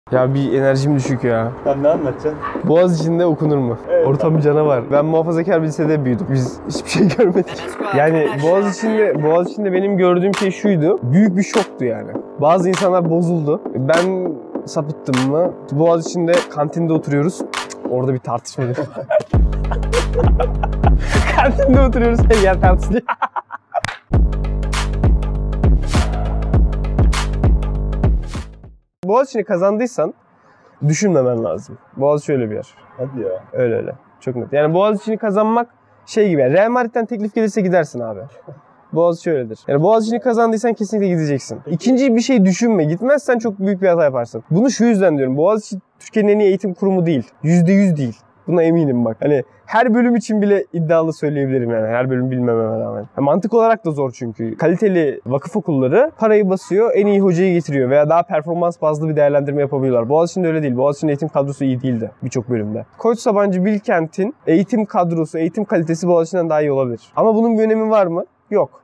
Ya bir enerjim düşük ya. Sen ne anlatacaksın? Boğaz içinde okunur mu? Evet, Ortam canavar. Ben muhafazakar bir lisede büyüdüm. Biz hiçbir şey görmedik. Yani Boğaz içinde benim gördüğüm şey şuydu. Büyük bir şoktu yani. Bazı insanlar bozuldu. Ben sapıttım mı? Boğaz içinde kantinde oturuyoruz. Orada bir tartışma dönüyor. Kantinde oturuyoruz. Her yer tartışılıyor. Boğaziçi'ni kazandıysan düşünmemen lazım. Boğaziçi şöyle bir yer. Hadi ya. Öyle. Çok net. Yani Boğaziçi'ni kazanmak şey gibi. Real Madrid'den teklif gelirse gidersin abi. Boğaziçi öyledir. Yani Boğaziçi'ni kazandıysan kesinlikle gideceksin. İkinci bir şey düşünme. Gitmezsen çok büyük bir hata yaparsın. Bunu şu yüzden diyorum. Boğaziçi Türkiye'nin en iyi eğitim kurumu değil. %100 değil. Buna eminim bak. Hani her bölüm için bile iddialı söyleyebilirim yani. Her bölüm bilmememe rağmen. Mantık olarak da zor çünkü. Kaliteli vakıf okulları parayı basıyor, en iyi hocayı getiriyor veya daha performans bazlı bir değerlendirme yapabiliyorlar. Boğaziçi'nde öyle değil. Boğaziçi'nin eğitim kadrosu iyi değildi birçok bölümde. Koç Sabancı Bilkent'in eğitim kadrosu, eğitim kalitesi Boğaziçi'nden daha iyi olabilir. Ama bunun bir önemi var mı? Yok.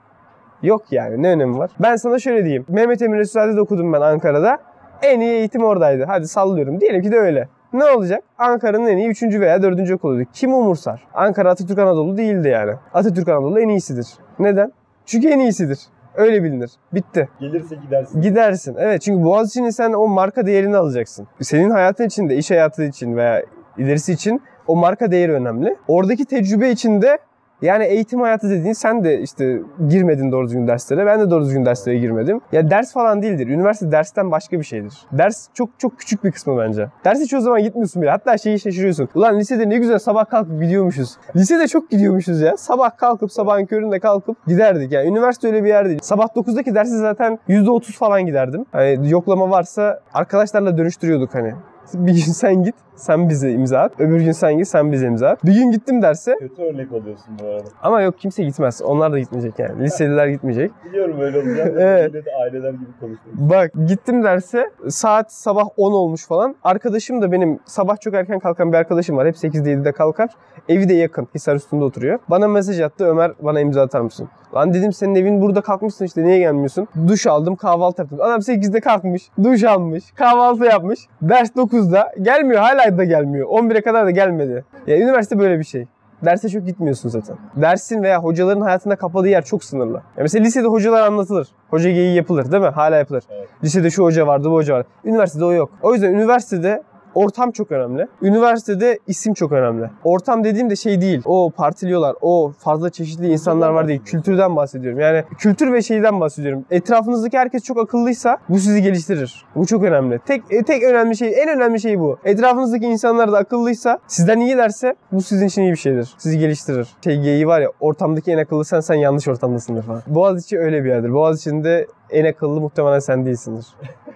Yok yani. Ne önemi var? Ben sana şöyle diyeyim. Mehmet Emin Resul'de okudum ben Ankara'da. En iyi eğitim oradaydı. Hadi sallıyorum. Diyelim ki de öyle. Ne olacak? Ankara'nın en iyi 3. veya 4. okuluydu. Kim umursar? Ankara Atatürk Anadolu değildi yani. Atatürk Anadolu en iyisidir. Neden? Çünkü en iyisidir. Öyle bilinir. Bitti. Gelirse gidersin. Gidersin. Evet, çünkü Boğaziçi'nin sen o marka değerini alacaksın. Senin hayatın için de, iş hayatı için veya ilerisi için o marka değeri önemli. Oradaki tecrübe için de yani eğitim hayatı dediğin, sen de işte girmedin doğru düzgün derslere. Ben de doğru düzgün derslere girmedim. Ya ders falan değildir. Üniversite dersten başka bir şeydir. Ders çok çok küçük bir kısmı bence. Derse çoğu zaman gitmiyorsun bile. Hatta şeyi şaşırıyorsun. Ulan lisede ne güzel sabah kalkıp gidiyormuşuz. Lisede çok gidiyormuşuz ya. Sabah kalkıp sabahın köründe kalkıp giderdik. Yani üniversite öyle bir yer değil. Sabah 9'daki dersi zaten %30 falan giderdim. Hani yoklama varsa arkadaşlarla dönüştürüyorduk hani. Bir gün sen git, sen bize imza at. Öbür gün sen git, sen bize imza at. Bir gün gittim derse. Kötü örnek oluyorsun bu arada. Ama yok, kimse gitmez. Onlar da gitmeyecek yani. Liseliler gitmeyecek. Biliyorum öyle olacak. Evet. Yine de aileler gibi konuşuyoruz. Bak gittim derse, saat sabah 10 olmuş falan. Arkadaşım da benim sabah çok erken kalkan bir arkadaşım var. Hep 8'de 7'de kalkar. Evi de yakın. Hisarüstü'nde oturuyor. Bana mesaj attı. Ömer, bana imza atar mısın? Lan dedim, senin evin burada, kalkmışsın işte, niye gelmiyorsun? Duş aldım, kahvaltı yaptım. Adam 8'de kalkmış, duş almış, kahvaltı yapmış. Ders 9'da gelmiyor, hala da gelmiyor. 11'e kadar da gelmedi. Ya üniversite böyle bir şey. Derse çok gitmiyorsun zaten. Dersin veya hocaların hayatında kapadığı yer çok sınırlı. Ya mesela lisede hocalar anlatılır. Hoca geyiği yapılır değil mi? Hala yapılır. Evet. Lisede şu hoca vardı, bu hoca vardı. Üniversitede o yok. O yüzden üniversitede ortam çok önemli. Üniversitede isim çok önemli. Ortam dediğim de şey değil. O partiliyorlar, o fazla çeşitli insanlar var değil. Kültürden bahsediyorum. Yani kültür ve şeyden bahsediyorum. Etrafınızdaki herkes çok akıllıysa bu sizi geliştirir. Bu çok önemli. Tek önemli şey, en önemli şey bu. Etrafınızdaki insanlar da akıllıysa, sizden iyilerse bu sizin için iyi bir şeydir. Sizi geliştirir. Geyiği var ya, ortamdaki en akıllı sen yanlış ortamdasındır falan. Boğaziçi öyle bir yerdir. Boğaziçi'nde en akıllı muhtemelen sen değilsindir.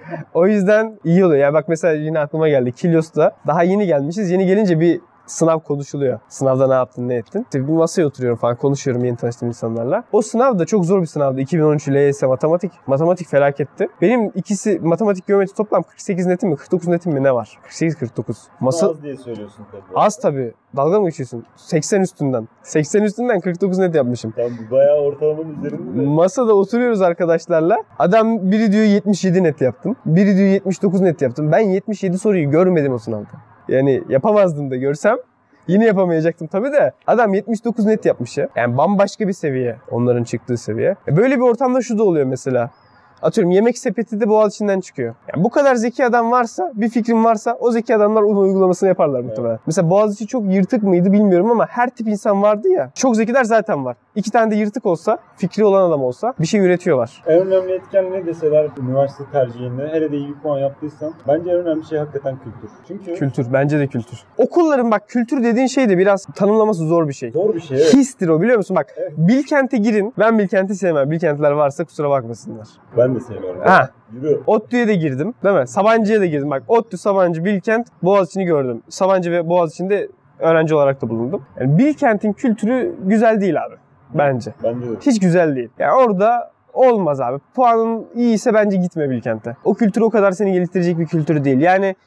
O yüzden iyi oluyor. Yani bak mesela yine aklıma geldi. Kilyos'ta daha yeni gelmişiz. Yeni gelince bir sınav konuşuluyor. Sınavda ne yaptın, ne ettin? İşte bir masaya oturuyorum falan, konuşuyorum yeni tanıştığım insanlarla. O sınav da çok zor bir sınavdı. 2013 LYS matematik. Matematik felaketti. Benim ikisi matematik, geometri toplam 48 netim mi, 49 netim mi ne var? 48-49. Az diye söylüyorsun tabii. Az tabii. Dalga mı geçiyorsun? 80 üstünden. 80 üstünden 49 net yapmışım. Tamam, bu bayağı ortalamanın üzerinde de. Masada oturuyoruz arkadaşlarla. Adam biri diyor 77 net yaptım. Biri diyor 79 net yaptım. Ben 77 soruyu görmedim o sınavda. Yani yapamazdım da görsem. Yine yapamayacaktım tabii de. Adam 79 net yapmış ya. Yani bambaşka bir seviye. Onların çıktığı seviye. Böyle bir ortamda şu da oluyor mesela. Atıyorum yemek sepeti de Boğaziçi'nden çıkıyor. Yani bu kadar zeki adam varsa, bir fikrim varsa o zeki adamlar onun uygulamasını yaparlar muhtemelen. Evet. Mesela Boğaziçi çok yırtık mıydı bilmiyorum ama her tip insan vardı ya. Çok zekiler zaten var. 2 tane de yırtık olsa, fikri olan adam olsa bir şey üretiyorlar. En önemli etken ne deseler üniversite tercihinde, hele de iyi bir puan yaptıysan, bence en önemli şey hakikaten kültür. Çünkü kültür, bence de kültür. Okulların bak, kültür dediğin şey de biraz tanımlaması zor bir şey. Zor bir şey, evet. Histir o, biliyor musun? Bak, evet. Bilkent'e girin. Ben Bilkent'i sevmem. Bilkentliler varsa kusura bakmasınlar. Ben de sevmiyorum. Ha. Yürü. ODTÜ'ye de girdim, değil mi? Sabancı'ya da girdim. Bak, ODTÜ, Sabancı, Bilkent, Boğaziçi'ni gördüm. Sabancı ve Boğaziçi'nde öğrenci olarak da bulundum. Yani Bilkent'in kültürü güzel değil abi. Bence. Bence de. Hiç güzel değil. Yani orada olmaz abi. Puanın iyiyse bence gitme Bilkent'e. O kültür o kadar seni geliştirecek bir kültür değil. Yani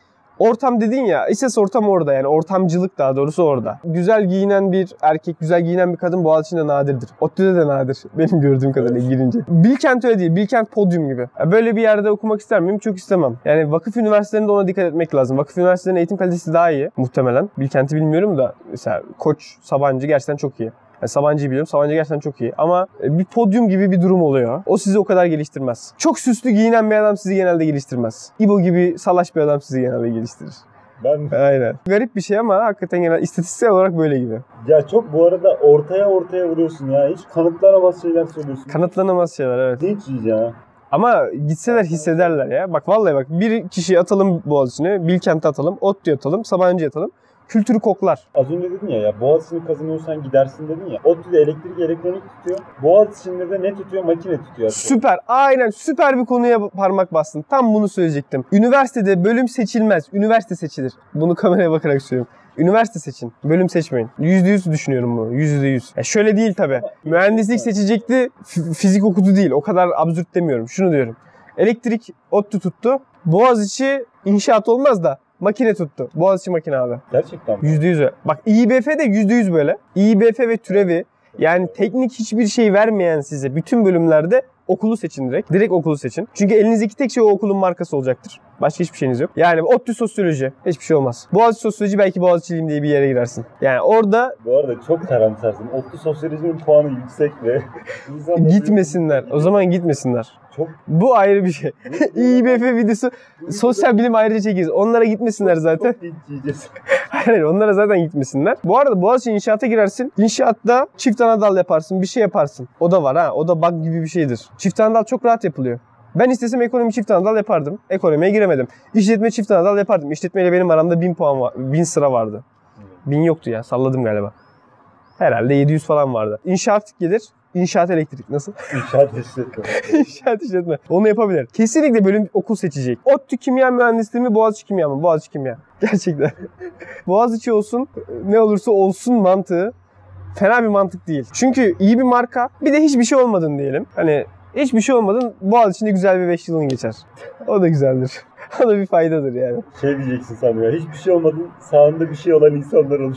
Ortam dedin ya, esas ortam orada yani. Ortamcılık daha doğrusu orada. Güzel giyinen bir erkek, güzel giyinen bir kadın Boğaziçi'nde nadirdir. ODTÜ'de de nadir. Benim gördüğüm kadarıyla girince. Bilkent öyle değil. Bilkent podyum gibi. Böyle bir yerde okumak ister miyim? Çok istemem. Yani vakıf üniversitelerinde ona dikkat etmek lazım. Vakıf üniversitelerinin eğitim kalitesi daha iyi muhtemelen. Bilkent'i bilmiyorum da mesela Koç, Sabancı gerçekten çok iyi. Yani Sabancı'yı biliyorum. Sabancı gerçekten çok iyi. Ama bir podyum gibi bir durum oluyor. O sizi o kadar geliştirmez. Çok süslü giyinen bir adam sizi genelde geliştirmez. İbo gibi salaş bir adam sizi genelde geliştirir. Aynen. Garip bir şey ama hakikaten genel istatistiksel olarak böyle gibi. Ya çok bu arada ortaya vuruyorsun ya. Hiç kanıtlanamaz şeyler söylüyorsun. Kanıtlanamaz şeyler, evet. Hiç ya. Ama gitseler hissederler ya. Bak vallahi bak, bir kişiyi atalım Boğaziçi'ne, Bilkent'e atalım, ODTÜ'ye atalım, Sabancı'ya atalım. Kültürü koklar. Az önce dedin ya Boğaziçi'ni kazanıyorsan gidersin dedin ya. ODTÜ'de elektrik elektronik tutuyor. Boğaziçi'nde de ne tutuyor? Makine tutuyor. Süper. Aynen, süper bir konuya parmak bastın. Tam bunu söyleyecektim. Üniversitede bölüm seçilmez. Üniversite seçilir. Bunu kameraya bakarak söylüyorum. Üniversite seçin. Bölüm seçmeyin. %100 düşünüyorum bunu. %100. Ya şöyle değil tabii. Mühendislik seçecekti. Fizik okudu değil. O kadar absürt demiyorum. Şunu diyorum. Elektrik ODTÜ tuttu. Boğaziçi inşaat olmaz da makine tuttu. Boğaziçi makine abi. Gerçekten mi? %100. Bak İİBF de %100 böyle. İİBF ve türevi, yani teknik hiçbir şey vermeyen size bütün bölümlerde okulu seçin direkt. Direkt okulu seçin. Çünkü elinizdeki tek şey o okulun markası olacaktır. Başka hiçbir şeyiniz yok. Yani ODTÜ sosyoloji. Hiçbir şey olmaz. Boğaziçi sosyoloji, belki Boğaziçi'liyim diye bir yere girersin. Yani orada... Bu arada çok karamsarsın. ODTÜ sosyolojinin puanı yüksek ve... Gitmesinler. O zaman gitmesinler. Çok... Bu ayrı bir şey. İİBF videosu, sosyal bilim ayrıca çekeceğiz. Onlara gitmesinler zaten. Çok yiyeceğiz. Hayır, onlara zaten gitmesinler. Bu arada Boğaziçi inşaata girersin. İnşaatta çift anadal yaparsın. Bir şey yaparsın. O da var ha. O da bug gibi bir şeydir. Çift anadal çok rahat yapılıyor. Ben istesem ekonomi çift anadal yapardım. Ekonomiye giremedim. İşletme çift anadal yapardım. İşletmeyle benim aramda 1000 puan var. 1000 sıra vardı. 1000 yoktu ya. Salladım galiba. Herhalde 700 falan vardı. İnşaat gelir. İnşaat elektrik nasıl? İnşaat işletme. İnşaat işletme. Onu yapabilir. Kesinlikle bölüm okul seçecek. ODTÜ kimya mühendisliği mi, Boğaziçi kimya mı? Boğaziçi kimya. Gerçekten. Boğaziçi olsun, ne olursa olsun mantığı fena bir mantık değil. Çünkü iyi bir marka, bir de hiçbir şey olmadın diyelim. Hani hiçbir şey olmadın, Boğaziçi'nde güzel bir 5 yılın geçer. O da güzeldir. O da bir faydadır yani. Şey diyeceksin sandım ya. Hiçbir şey olmadın, sağında bir şey olan insanlar olur.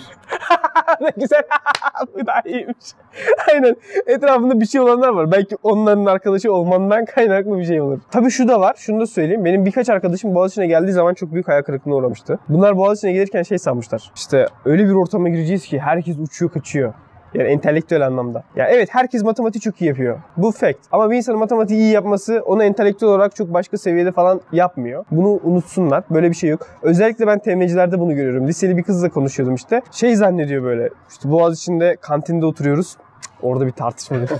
Ne güzel. Bu daha iyiymiş. Aynen. Etrafında bir şey olanlar var. Belki onların arkadaşı olmandan kaynaklı bir şey olur. Tabii şu da var. Şunu da söyleyeyim. Benim birkaç arkadaşım Boğaziçi'ne geldiği zaman çok büyük hayal kırıklığına uğramıştı. Bunlar Boğaziçi'ne gelirken şey sanmışlar. İşte öyle bir ortama gireceğiz ki herkes uçuyor kaçıyor. Yani entelektüel anlamda. Ya evet, herkes matematiği çok iyi yapıyor. Bu fact. Ama bir insanın matematiği iyi yapması onu entelektüel olarak çok başka seviyede falan yapmıyor. Bunu unutsunlar. Böyle bir şey yok. Özellikle ben TM'cilerde bunu görüyorum. Liseli bir kızla konuşuyordum işte. Şey zannediyor böyle. İşte Boğaziçi'nde kantinde oturuyoruz. Orada bir tartışma oluyor.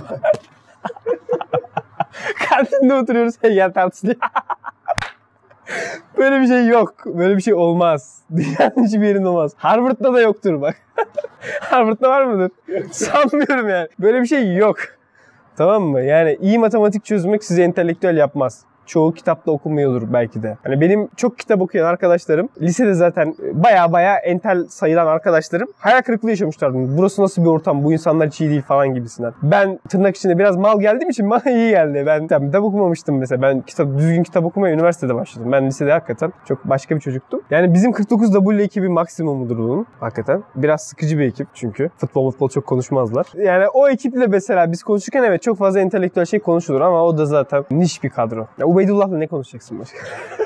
Kantinde oturuyoruz. Hegel tartışılıyor. Böyle bir şey yok. Böyle bir şey olmaz. Dünyanın hiçbir yerinde olmaz. Harvard'da da yoktur bak. Harvard'da var mıdır? Sanmıyorum yani. Böyle bir şey yok. Tamam mı? Yani iyi matematik çözmek sizi entelektüel yapmaz. Çoğu kitapta okunmuyordur belki de. Hani benim çok kitap okuyan arkadaşlarım, lisede zaten baya entel sayılan arkadaşlarım hayal kırıklığı yaşamışlardı. Burası nasıl bir ortam, bu insanlar hiç iyi değil falan gibisinden. Ben tırnak içinde biraz mal geldiğim için bana iyi geldi. Ben kitap okumamıştım mesela. Ben düzgün kitap okumaya üniversitede başladım. Ben lisede hakikaten çok başka bir çocuktum. Yani bizim 49W ekibi maksimumudur bunun. Hakikaten. Biraz sıkıcı bir ekip çünkü. Futbol çok konuşmazlar. Yani o ekiple mesela biz konuşurken evet çok fazla entelektüel şey konuşulur ama o da zaten niş bir kadro. Ya Ubeydullah'la ne konuşacaksın başka?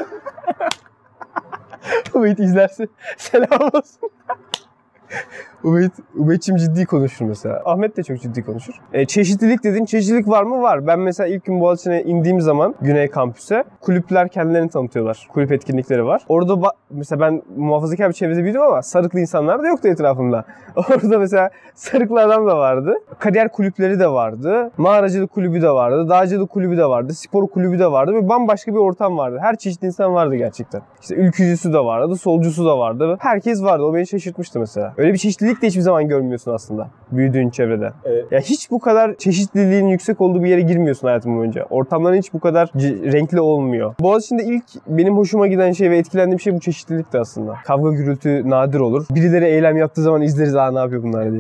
Ubeyd izlerse selam olsun. Ubeyd'cim ciddi konuşur mesela. Ahmet de çok ciddi konuşur. Çeşitlilik dedin. Çeşitlilik var mı? Var. Ben mesela ilk gün Boğaziçi'ne indiğim zaman Güney Kampüs'e kulüpler kendilerini tanıtıyorlar. Kulüp etkinlikleri var. Orada mesela ben muhafazakar bir çevrede büyüdüm ama sarıklı insanlar da yoktu etrafımda. Orada mesela sarıklı adam da vardı. Kariyer kulüpleri de vardı. Mağaracılık kulübü de vardı. Dağcılık kulübü de vardı. Spor kulübü de vardı. Ve bambaşka bir ortam vardı. Her çeşit insan vardı gerçekten. İşte ülkücüsü de vardı. Solcusu da vardı. Herkes vardı. O beni şaşırtmıştı mesela. Öyle bir çeşitlilik de hiçbir zaman görmüyorsun aslında büyüdüğün çevrede. Evet. Ya hiç bu kadar çeşitliliğin yüksek olduğu bir yere girmiyorsun hayatın boyunca. Ortamların hiç bu kadar renkli olmuyor. Boğaziçi'nde ilk benim hoşuma giden şey ve etkilendiğim şey bu çeşitlilikti aslında. Kavga gürültü nadir olur. Birileri eylem yaptığı zaman izleriz, ne yapıyor bunlar diye falan.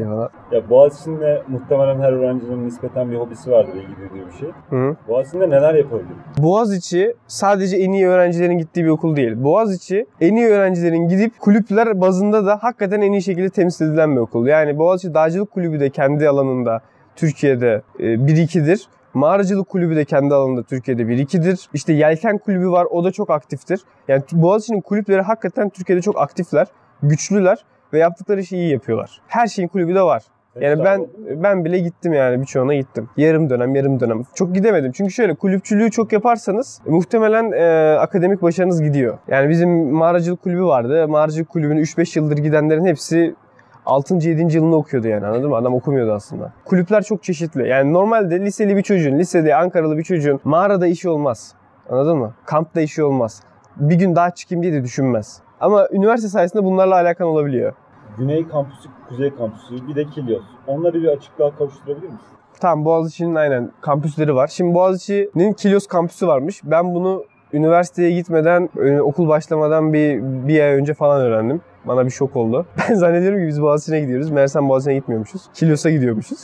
Ya Boğaziçi'nde muhtemelen her öğrencinin nispeten bir hobisi vardır, ilgi duyduğu bir şey. Hı. Boğaziçi'nde neler yapabilir? Boğaziçi sadece en iyi öğrencilerin gittiği bir okul değil. Boğaziçi en iyi öğrencilerin gidip kulüpler bazında da hakikaten en iyi şekilde temsil edilen bir okul. Yani Boğaziçi Dağcılık Kulübü de kendi alanında Türkiye'de 1-2'dir. Mağaracılık kulübü de kendi alanında Türkiye'de 1-2'dir. İşte Yelken kulübü var, o da çok aktiftir. Yani Boğaziçi'nin kulüpleri hakikaten Türkiye'de çok aktifler, güçlüler ve yaptıkları işi iyi yapıyorlar. Her şeyin kulübü de var. Yani ben bile gittim, yani birçoğuna gittim. Yarım dönem. Çok gidemedim. Çünkü şöyle, kulüpçülüğü çok yaparsanız muhtemelen akademik başarınız gidiyor. Yani bizim mağaracılık kulübü vardı. Mağaracılık kulübüne 3-5 yıldır gidenlerin hepsi 6. 7. yılını okuyordu yani, anladın mı? Adam okumuyordu aslında. Kulüpler çok çeşitli. Yani normalde liseli bir çocuğun, lisede Ankaralı bir çocuğun mağarada işi olmaz. Anladın mı? Kampta işi olmaz. Bir gün daha çıkayım diye de düşünmez. Ama üniversite sayesinde bunlarla alakan olabiliyor. Güney kampüsü, kuzey kampüsü, bir de Kilyos. Onları bir açıklığa kavuşturabilir misin? Tamam, Boğaziçi'nin aynen kampüsleri var. Şimdi Boğaziçi'nin Kilyos kampüsü varmış. Ben bunu üniversiteye gitmeden, okul başlamadan bir ay önce falan öğrendim. Bana bir şok oldu. Ben zannediyorum ki biz Boğaziçi'ne gidiyoruz. Meğersem Boğaziçi'ne gitmiyormuşuz. Kilyos'a gidiyormuşuz.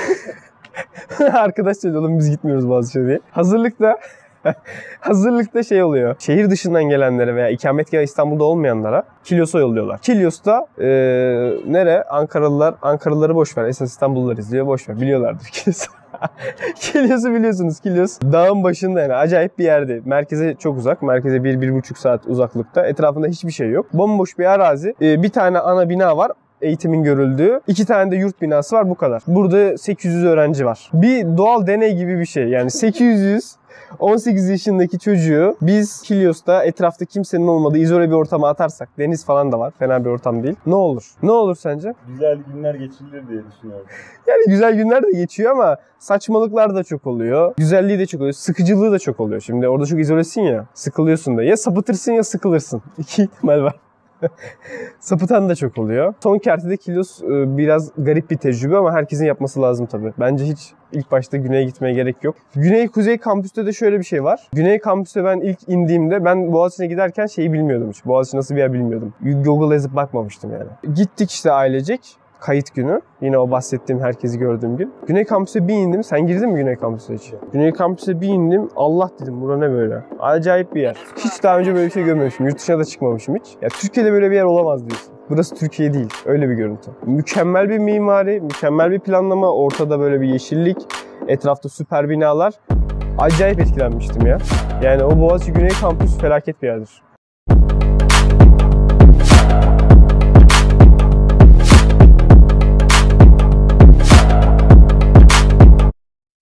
Arkadaş söyledi, oğlum biz gitmiyoruz Boğaziçi'ne diye. Hazırlıkta şey oluyor. Şehir dışından gelenlere veya ikametgahı İstanbul'da olmayanlara Kilyos'a yolluyorlar. Kilyos'ta nere? Ankaralıları boş ver. Esas İstanbullular izliyor. Boş ver. Biliyorlardır Kilyos'u. Kilyos'u biliyorsunuz. Kilyos dağın başında, yani acayip bir yerde. Merkeze çok uzak. Merkeze 1-1,5 saat uzaklıkta. Etrafında hiçbir şey yok. Bomboş bir arazi. Bir tane ana bina var, eğitimin görüldüğü. 2 tane de yurt binası var, bu kadar. Burada 800 öğrenci var. Bir doğal deney gibi bir şey. Yani 18 yaşındaki çocuğu biz Kilyos'ta etrafta kimsenin olmadığı izole bir ortama atarsak, deniz falan da var, fena bir ortam değil. Ne olur? Ne olur sence? Güzel günler geçirilir diye düşünüyorum. Yani güzel günler de geçiyor ama saçmalıklar da çok oluyor. Güzelliği de çok oluyor. Sıkıcılığı da çok oluyor. Şimdi orada çok izolesin ya. Sıkılıyorsun da. Ya sapıtırsın ya sıkılırsın. İki ihtimal var. Sapıtan da çok oluyor. Son kertede Kilyos biraz garip bir tecrübe ama herkesin yapması lazım tabii. Bence hiç ilk başta güneye gitmeye gerek yok. Güney-kuzey kampüste de şöyle bir şey var. Güney kampüste ben ilk indiğimde, ben Boğaziçi'ne giderken şeyi bilmiyordum hiç. Boğaziçi nasıl bir yer bilmiyordum. Google'a yazıp bakmamıştım yani. Gittik işte ailecek. Kayıt günü. Yine o bahsettiğim herkesi gördüğüm gün. Güney kampüse bir indim. Sen girdin mi Güney kampüse hiç? Güney kampüse bir indim. Allah dedim, bura ne böyle? Acayip bir yer. Hiç daha önce böyle bir şey görmemişim. Yurt dışına da çıkmamışım hiç. Ya Türkiye'de böyle bir yer olamaz diyorsun. Burası Türkiye değil. Öyle bir görüntü. Mükemmel bir mimari, mükemmel bir planlama. Ortada böyle bir yeşillik. Etrafta süper binalar. Acayip etkilenmiştim ya. Yani o Boğaziçi Güney kampüs felaket bir yerdir.